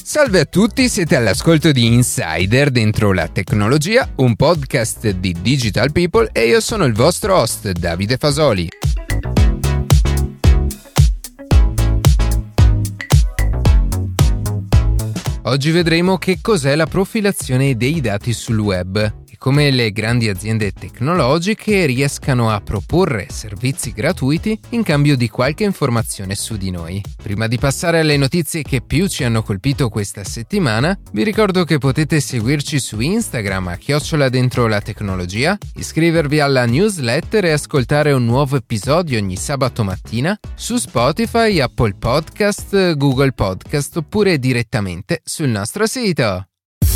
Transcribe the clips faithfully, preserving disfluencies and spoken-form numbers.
Salve a tutti, siete all'ascolto di Insider dentro la tecnologia, un podcast di Digital People e io sono il vostro host Davide Fasoli. Oggi vedremo che cos'è la profilazione dei dati sul web e come le grandi aziende tecnologiche riescano a proporre servizi gratuiti in cambio di qualche informazione su di noi. Prima di passare alle notizie che più ci hanno colpito questa settimana, vi ricordo che potete seguirci su Instagram a chiocciola dentro la tecnologia, iscrivervi alla newsletter e ascoltare un nuovo episodio ogni sabato mattina su Spotify, Apple Podcast, Google Podcast oppure direttamente sul nostro sito.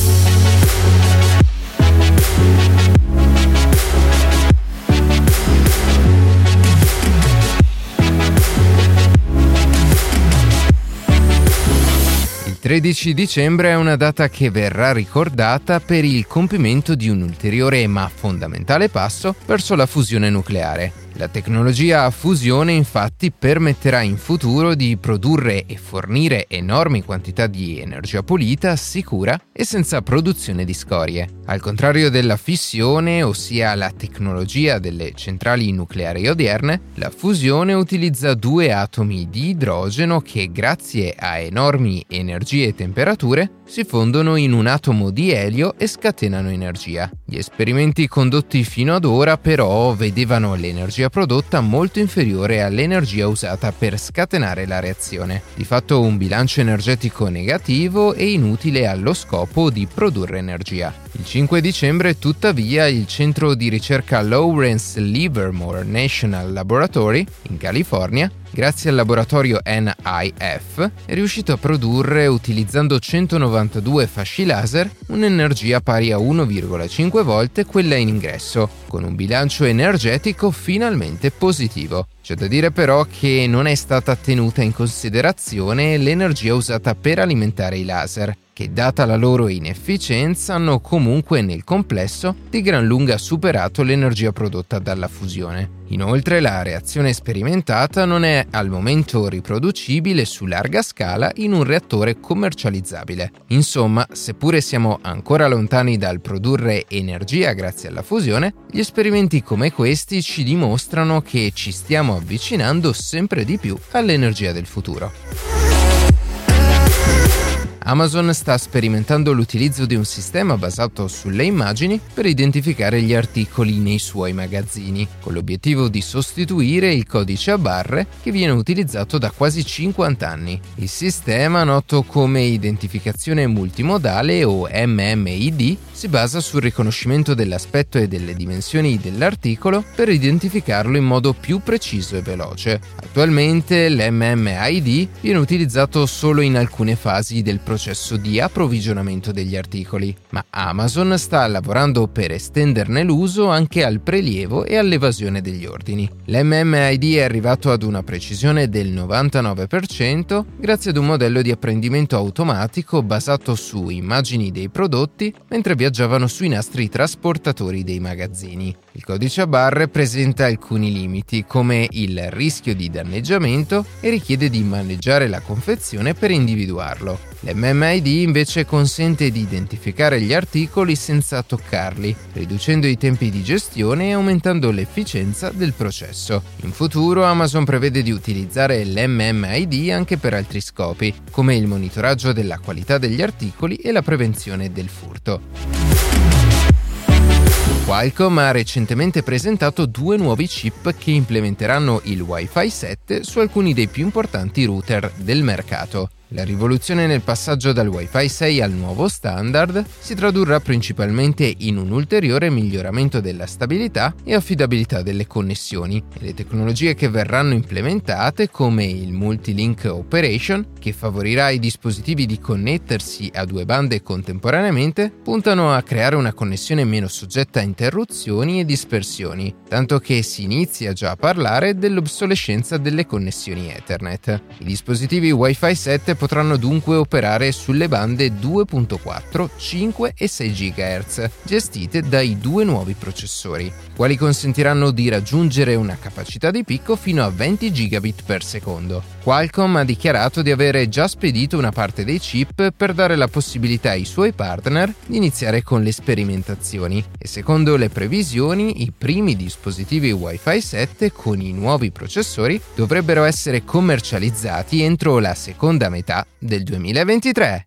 Il tredici dicembre è una data che verrà ricordata per il compimento di un ulteriore ma fondamentale passo verso la fusione nucleare. La tecnologia a fusione infatti permetterà in futuro di produrre e fornire enormi quantità di energia pulita, sicura e senza produzione di scorie. Al contrario della fissione, ossia la tecnologia delle centrali nucleari odierne, la fusione utilizza due atomi di idrogeno che grazie a enormi energie e temperature si fondono in un atomo di elio e scatenano energia. Gli esperimenti condotti fino ad ora però vedevano l'energia prodotta molto inferiore all'energia usata per scatenare la reazione. Di fatto un bilancio energetico negativo e inutile allo scopo di produrre energia. Il cinque dicembre, tuttavia, il centro di ricerca Lawrence Livermore National Laboratory in California, grazie al laboratorio N I F, è riuscito a produrre, utilizzando centonovantadue fasci laser, un'energia pari a uno virgola cinque volte quella in ingresso, con un bilancio energetico finalmente positivo. C'è da dire però che non è stata tenuta in considerazione l'energia usata per alimentare i laser, che data la loro inefficienza hanno comunque nel complesso di gran lunga superato l'energia prodotta dalla fusione. Inoltre la reazione sperimentata non è al momento riproducibile su larga scala in un reattore commercializzabile. Insomma, seppure siamo ancora lontani dal produrre energia grazie alla fusione, gli esperimenti come questi ci dimostrano che ci stiamo avvicinando sempre di più all'energia del futuro. Amazon sta sperimentando l'utilizzo di un sistema basato sulle immagini per identificare gli articoli nei suoi magazzini, con l'obiettivo di sostituire il codice a barre che viene utilizzato da quasi cinquanta anni. Il sistema, noto come identificazione multimodale o M M I D, si basa sul riconoscimento dell'aspetto e delle dimensioni dell'articolo per identificarlo in modo più preciso e veloce. Attualmente l'M M I D viene utilizzato solo in alcune fasi del processo processo di approvvigionamento degli articoli, ma Amazon sta lavorando per estenderne l'uso anche al prelievo e all'evasione degli ordini. L'M M I D è arrivato ad una precisione del novantanove per cento grazie ad un modello di apprendimento automatico basato su immagini dei prodotti mentre viaggiavano sui nastri trasportatori dei magazzini. Il codice a barre presenta alcuni limiti, come il rischio di danneggiamento, e richiede di maneggiare la confezione per individuarlo. L'M M I D invece consente di identificare gli articoli senza toccarli, riducendo i tempi di gestione e aumentando l'efficienza del processo. In futuro Amazon prevede di utilizzare l'M M I D anche per altri scopi, come il monitoraggio della qualità degli articoli e la prevenzione del furto. Qualcomm ha recentemente presentato due nuovi chip che implementeranno il Wi-Fi sette su alcuni dei più importanti router del mercato. La rivoluzione nel passaggio dal Wi-Fi sei al nuovo standard si tradurrà principalmente in un ulteriore miglioramento della stabilità e affidabilità delle connessioni, e le tecnologie che verranno implementate, come il Multi-Link Operation, che favorirà ai dispositivi di connettersi a due bande contemporaneamente, puntano a creare una connessione meno soggetta a interruzioni e dispersioni, tanto che si inizia già a parlare dell'obsolescenza delle connessioni Ethernet. I dispositivi Wi-Fi sette potranno dunque operare sulle bande due virgola quattro, cinque e sei gigahertz, gestite dai due nuovi processori, quali consentiranno di raggiungere una capacità di picco fino a venti gigabit per secondo. Qualcomm ha dichiarato di avere già spedito una parte dei chip per dare la possibilità ai suoi partner di iniziare con le sperimentazioni e secondo le previsioni i primi dispositivi Wi-Fi sette con i nuovi processori dovrebbero essere commercializzati entro la seconda metà del duemilaventitré.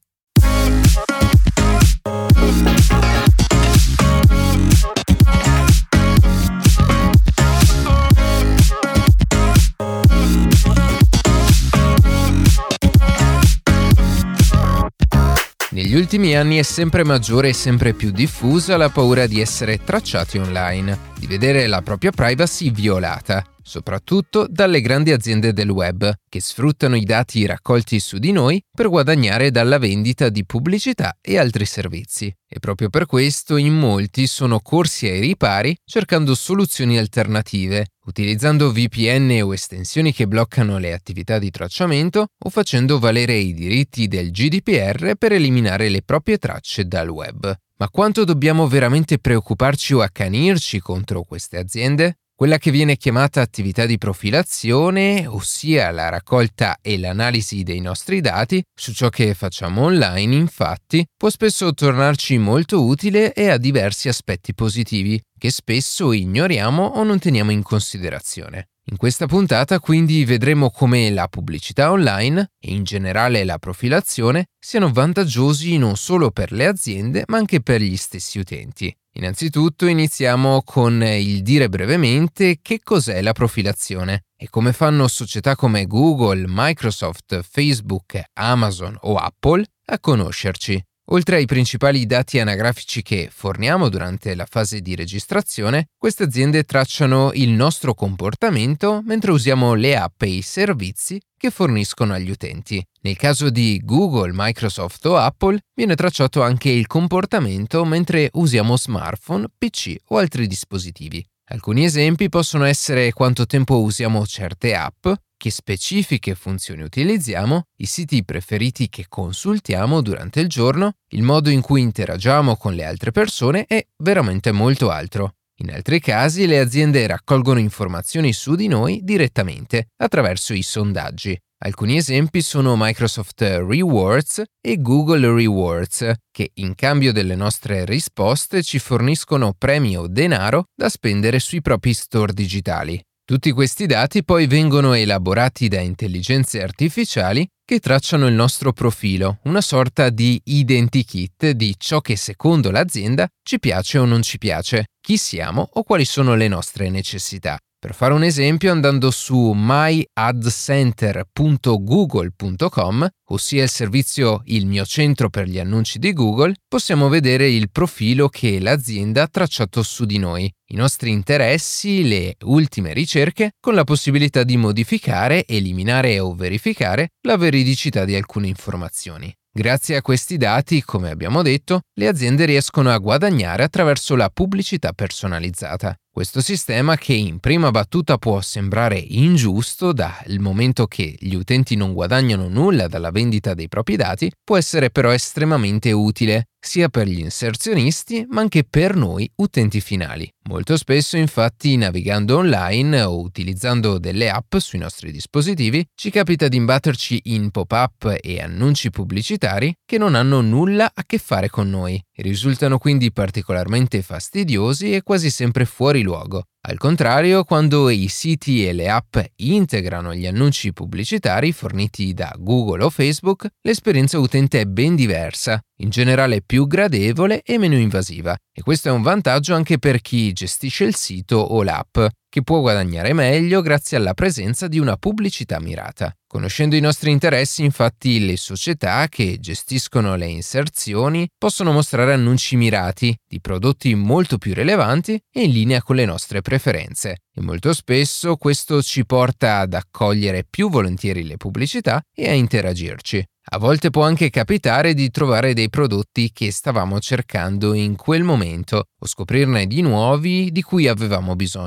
Negli ultimi anni è sempre maggiore e sempre più diffusa la paura di essere tracciati online, di vedere la propria privacy violata, soprattutto dalle grandi aziende del web, che sfruttano i dati raccolti su di noi per guadagnare dalla vendita di pubblicità e altri servizi. E proprio per questo in molti sono corsi ai ripari cercando soluzioni alternative, utilizzando V P N o estensioni che bloccano le attività di tracciamento o facendo valere i diritti del G D P R per eliminare le proprie tracce dal web. Ma quanto dobbiamo veramente preoccuparci o accanirci contro queste aziende? Quella che viene chiamata attività di profilazione, ossia la raccolta e l'analisi dei nostri dati su ciò che facciamo online, infatti, può spesso tornarci molto utile e ha diversi aspetti positivi, che spesso ignoriamo o non teniamo in considerazione. In questa puntata quindi vedremo come la pubblicità online e in generale la profilazione siano vantaggiosi non solo per le aziende ma anche per gli stessi utenti. Innanzitutto iniziamo con il dire brevemente che cos'è la profilazione e come fanno società come Google, Microsoft, Facebook, Amazon o Apple a conoscerci. Oltre ai principali dati anagrafici che forniamo durante la fase di registrazione, queste aziende tracciano il nostro comportamento mentre usiamo le app e i servizi che forniscono agli utenti. Nel caso di Google, Microsoft o Apple, viene tracciato anche il comportamento mentre usiamo smartphone, P C o altri dispositivi. Alcuni esempi possono essere quanto tempo usiamo certe app, che specifiche funzioni utilizziamo, i siti preferiti che consultiamo durante il giorno, il modo in cui interagiamo con le altre persone e veramente molto altro. In altri casi le aziende raccolgono informazioni su di noi direttamente attraverso i sondaggi. Alcuni esempi sono Microsoft Rewards e Google Rewards, che in cambio delle nostre risposte ci forniscono premi o denaro da spendere sui propri store digitali. Tutti questi dati poi vengono elaborati da intelligenze artificiali che tracciano il nostro profilo, una sorta di identikit di ciò che secondo l'azienda ci piace o non ci piace, chi siamo o quali sono le nostre necessità. Per fare un esempio, andando su my ad center punto google punto com, ossia il servizio Il mio centro per gli annunci di Google, possiamo vedere il profilo che l'azienda ha tracciato su di noi, i nostri interessi, le ultime ricerche, con la possibilità di modificare, eliminare o verificare la veridicità di alcune informazioni. Grazie a questi dati, come abbiamo detto, le aziende riescono a guadagnare attraverso la pubblicità personalizzata. Questo sistema, che in prima battuta può sembrare ingiusto dal momento che gli utenti non guadagnano nulla dalla vendita dei propri dati, può essere però estremamente utile, sia per gli inserzionisti ma anche per noi utenti finali. Molto spesso, infatti, navigando online o utilizzando delle app sui nostri dispositivi, ci capita di imbatterci in pop-up e annunci pubblicitari che non hanno nulla a che fare con noi e risultano quindi particolarmente fastidiosi e quasi sempre fuori luogo. Al contrario, quando i siti e le app integrano gli annunci pubblicitari forniti da Google o Facebook, l'esperienza utente è ben diversa, in generale più gradevole e meno invasiva. E questo è un vantaggio anche per chi gestisce il sito o l'app, che può guadagnare meglio grazie alla presenza di una pubblicità mirata. Conoscendo i nostri interessi, infatti, le società che gestiscono le inserzioni possono mostrare annunci mirati di prodotti molto più rilevanti e in linea con le nostre preferenze. E molto spesso questo ci porta ad accogliere più volentieri le pubblicità e a interagirci. A volte può anche capitare di trovare dei prodotti che stavamo cercando in quel momento o scoprirne di nuovi di cui avevamo bisogno.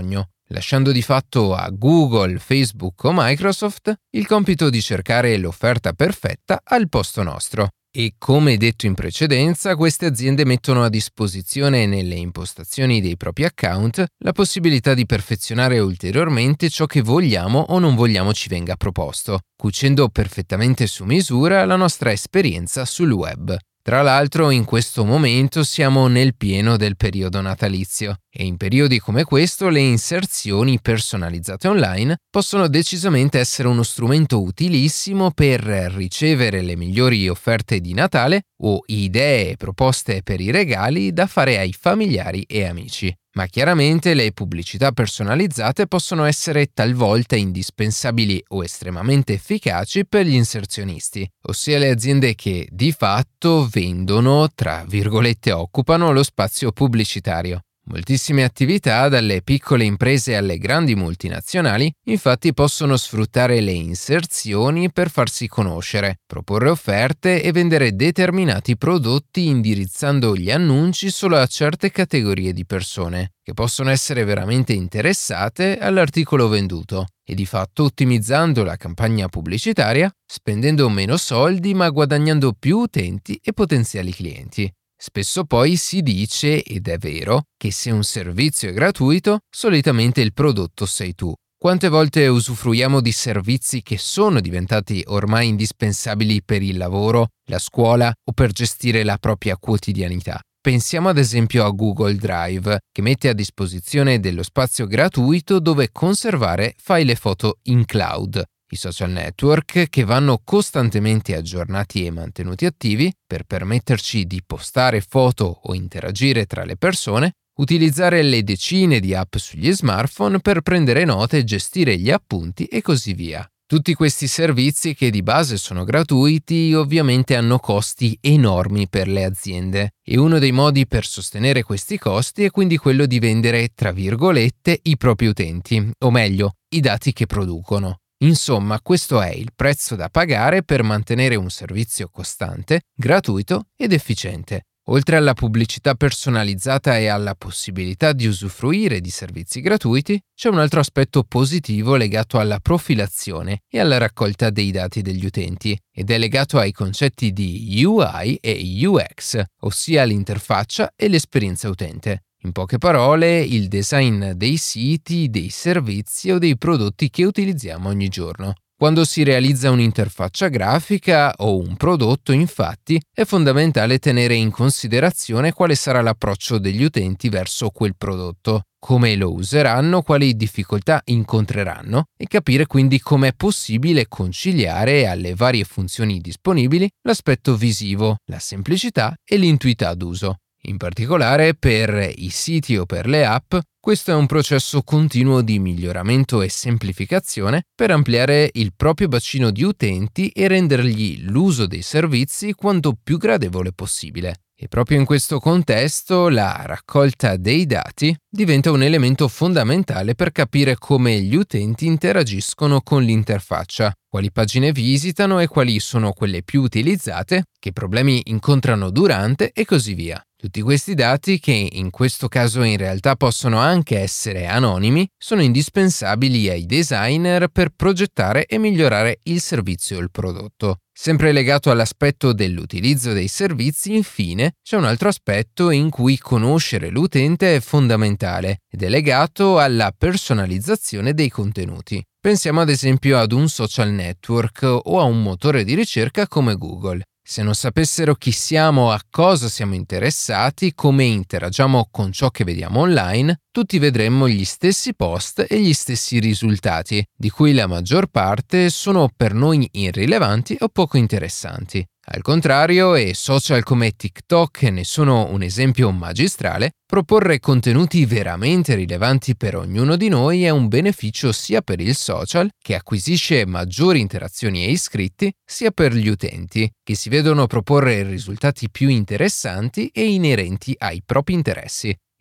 lasciando di fatto a Google, Facebook o Microsoft il compito di cercare l'offerta perfetta al posto nostro. E come detto in precedenza, queste aziende mettono a disposizione nelle impostazioni dei propri account la possibilità di perfezionare ulteriormente ciò che vogliamo o non vogliamo ci venga proposto, cucendo perfettamente su misura la nostra esperienza sul web. Tra l'altro, in questo momento siamo nel pieno del periodo natalizio e in periodi come questo le inserzioni personalizzate online possono decisamente essere uno strumento utilissimo per ricevere le migliori offerte di Natale o idee e proposte per i regali da fare ai familiari e amici. Ma chiaramente le pubblicità personalizzate possono essere talvolta indispensabili o estremamente efficaci per gli inserzionisti, ossia le aziende che di fatto vendono, tra virgolette occupano, lo spazio pubblicitario. Moltissime attività, dalle piccole imprese alle grandi multinazionali, infatti possono sfruttare le inserzioni per farsi conoscere, proporre offerte e vendere determinati prodotti indirizzando gli annunci solo a certe categorie di persone, che possono essere veramente interessate all'articolo venduto, e di fatto ottimizzando la campagna pubblicitaria, spendendo meno soldi ma guadagnando più utenti e potenziali clienti. Spesso poi si dice, ed è vero, che se un servizio è gratuito, solitamente il prodotto sei tu. Quante volte usufruiamo di servizi che sono diventati ormai indispensabili per il lavoro, la scuola o per gestire la propria quotidianità? Pensiamo ad esempio a Google Drive, che mette a disposizione dello spazio gratuito dove conservare file e foto in cloud. I social network, che vanno costantemente aggiornati e mantenuti attivi per permetterci di postare foto o interagire tra le persone, utilizzare le decine di app sugli smartphone per prendere note e gestire gli appunti e così via. Tutti questi servizi, che di base sono gratuiti, ovviamente hanno costi enormi per le aziende e uno dei modi per sostenere questi costi è quindi quello di vendere, tra virgolette, i propri utenti, o meglio, i dati che producono. Insomma, questo è il prezzo da pagare per mantenere un servizio costante, gratuito ed efficiente. Oltre alla pubblicità personalizzata e alla possibilità di usufruire di servizi gratuiti, c'è un altro aspetto positivo legato alla profilazione e alla raccolta dei dati degli utenti, ed è legato ai concetti di U I e U X, ossia l'interfaccia e l'esperienza utente. In poche parole, il design dei siti, dei servizi o dei prodotti che utilizziamo ogni giorno. Quando si realizza un'interfaccia grafica o un prodotto, infatti, è fondamentale tenere in considerazione quale sarà l'approccio degli utenti verso quel prodotto, come lo useranno, quali difficoltà incontreranno e capire quindi come è possibile conciliare alle varie funzioni disponibili l'aspetto visivo, la semplicità e l'intuità d'uso. In particolare per i siti o per le app, questo è un processo continuo di miglioramento e semplificazione per ampliare il proprio bacino di utenti e rendergli l'uso dei servizi quanto più gradevole possibile. E proprio in questo contesto la raccolta dei dati diventa un elemento fondamentale per capire come gli utenti interagiscono con l'interfaccia, quali pagine visitano e quali sono quelle più utilizzate, che problemi incontrano durante e così via. Tutti questi dati, che in questo caso in realtà possono anche essere anonimi, sono indispensabili ai designer per progettare e migliorare il servizio o il prodotto. Sempre legato all'aspetto dell'utilizzo dei servizi, infine, c'è un altro aspetto in cui conoscere l'utente è fondamentale ed è legato alla personalizzazione dei contenuti. Pensiamo ad esempio ad un social network o a un motore di ricerca come Google. Se non sapessero chi siamo, a cosa siamo interessati, come interagiamo con ciò che vediamo online, tutti vedremmo gli stessi post e gli stessi risultati, di cui la maggior parte sono per noi irrilevanti o poco interessanti. Al contrario, e social come TikTok ne sono un esempio magistrale, proporre contenuti veramente rilevanti per ognuno di noi è un beneficio sia per il social, che acquisisce maggiori interazioni e iscritti, sia per gli utenti, che si vedono proporre risultati più interessanti e inerenti ai propri interessi.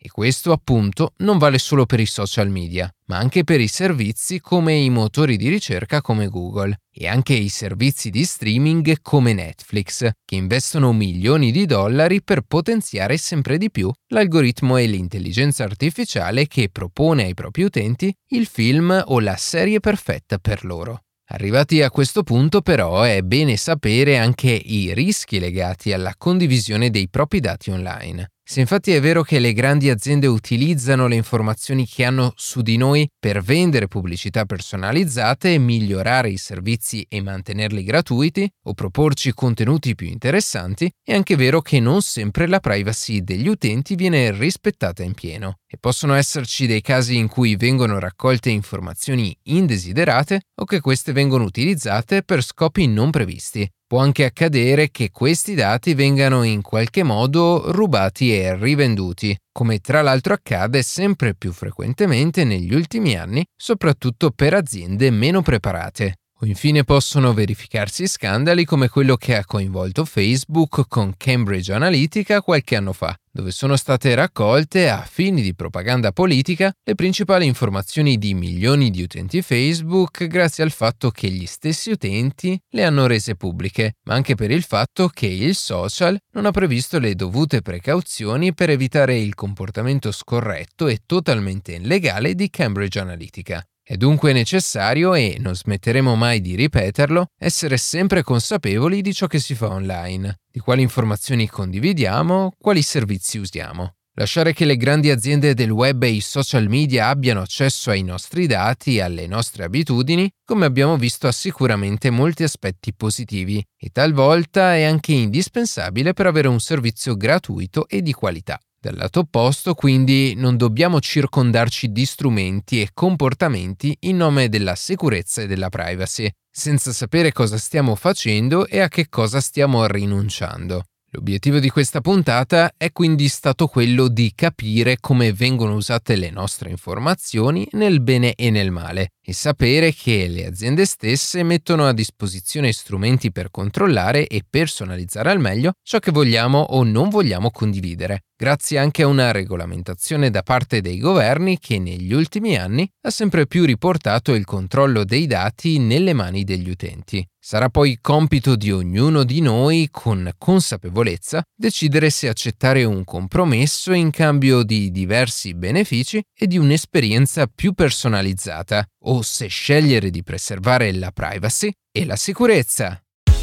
E questo, appunto, non vale solo per i social media, ma anche per i servizi come i motori di ricerca come Google e anche i servizi di streaming come Netflix, che investono milioni di dollari per potenziare sempre di più l'algoritmo e l'intelligenza artificiale che propone ai propri utenti il film o la serie perfetta per loro. Arrivati a questo punto, però, è bene sapere anche i rischi legati alla condivisione dei propri dati online. Se infatti è vero che le grandi aziende utilizzano le informazioni che hanno su di noi per vendere pubblicità personalizzate, migliorare i servizi e mantenerli gratuiti o proporci contenuti più interessanti, è anche vero che non sempre la privacy degli utenti viene rispettata in pieno e possono esserci dei casi in cui vengono raccolte informazioni indesiderate o che queste vengono utilizzate per scopi non previsti. Può anche accadere che questi dati vengano in qualche modo rubati e rivenduti, come tra l'altro accade sempre più frequentemente negli ultimi anni, soprattutto per aziende meno preparate. O infine possono verificarsi scandali come quello che ha coinvolto Facebook con Cambridge Analytica qualche anno fa, dove sono state raccolte a fini di propaganda politica le principali informazioni di milioni di utenti Facebook grazie al fatto che gli stessi utenti le hanno rese pubbliche, ma anche per il fatto che il social non ha previsto le dovute precauzioni per evitare il comportamento scorretto e totalmente illegale di Cambridge Analytica. È dunque necessario, e non smetteremo mai di ripeterlo, essere sempre consapevoli di ciò che si fa online, di quali informazioni condividiamo, quali servizi usiamo. Lasciare che le grandi aziende del web e i social media abbiano accesso ai nostri dati e alle nostre abitudini, come abbiamo visto, ha sicuramente molti aspetti positivi e talvolta è anche indispensabile per avere un servizio gratuito e di qualità. Dal lato opposto, quindi, non dobbiamo circondarci di strumenti e comportamenti in nome della sicurezza e della privacy, senza sapere cosa stiamo facendo e a che cosa stiamo rinunciando. L'obiettivo di questa puntata è quindi stato quello di capire come vengono usate le nostre informazioni nel bene e nel male e sapere che le aziende stesse mettono a disposizione strumenti per controllare e personalizzare al meglio ciò che vogliamo o non vogliamo condividere, grazie anche a una regolamentazione da parte dei governi che negli ultimi anni ha sempre più riportato il controllo dei dati nelle mani degli utenti. Sarà poi compito di ognuno di noi, con consapevolezza, decidere se accettare un compromesso in cambio di diversi benefici e di un'esperienza più personalizzata, o se scegliere di preservare la privacy e la sicurezza.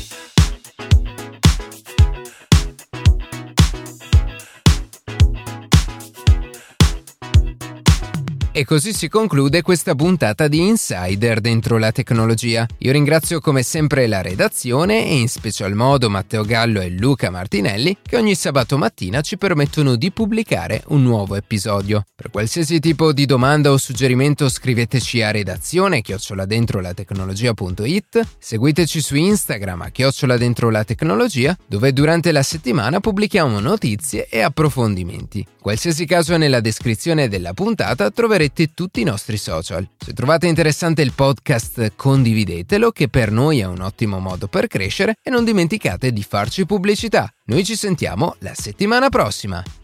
E così si conclude questa puntata di Insider dentro la tecnologia. Io ringrazio come sempre la redazione e in special modo Matteo Gallo e Luca Martinelli che ogni sabato mattina ci permettono di pubblicare un nuovo episodio. Per qualsiasi tipo di domanda o suggerimento scriveteci a redazione chiocciola dentro la tecnologia punto it, seguiteci su Instagram a chiocciola dentro la tecnologia, dove durante la settimana pubblichiamo notizie e approfondimenti. Qualsiasi caso, nella descrizione della puntata troverete tutti i nostri social. Se trovate interessante il podcast, condividetelo, che per noi è un ottimo modo per crescere, e non dimenticate di farci pubblicità. Noi ci sentiamo la settimana prossima.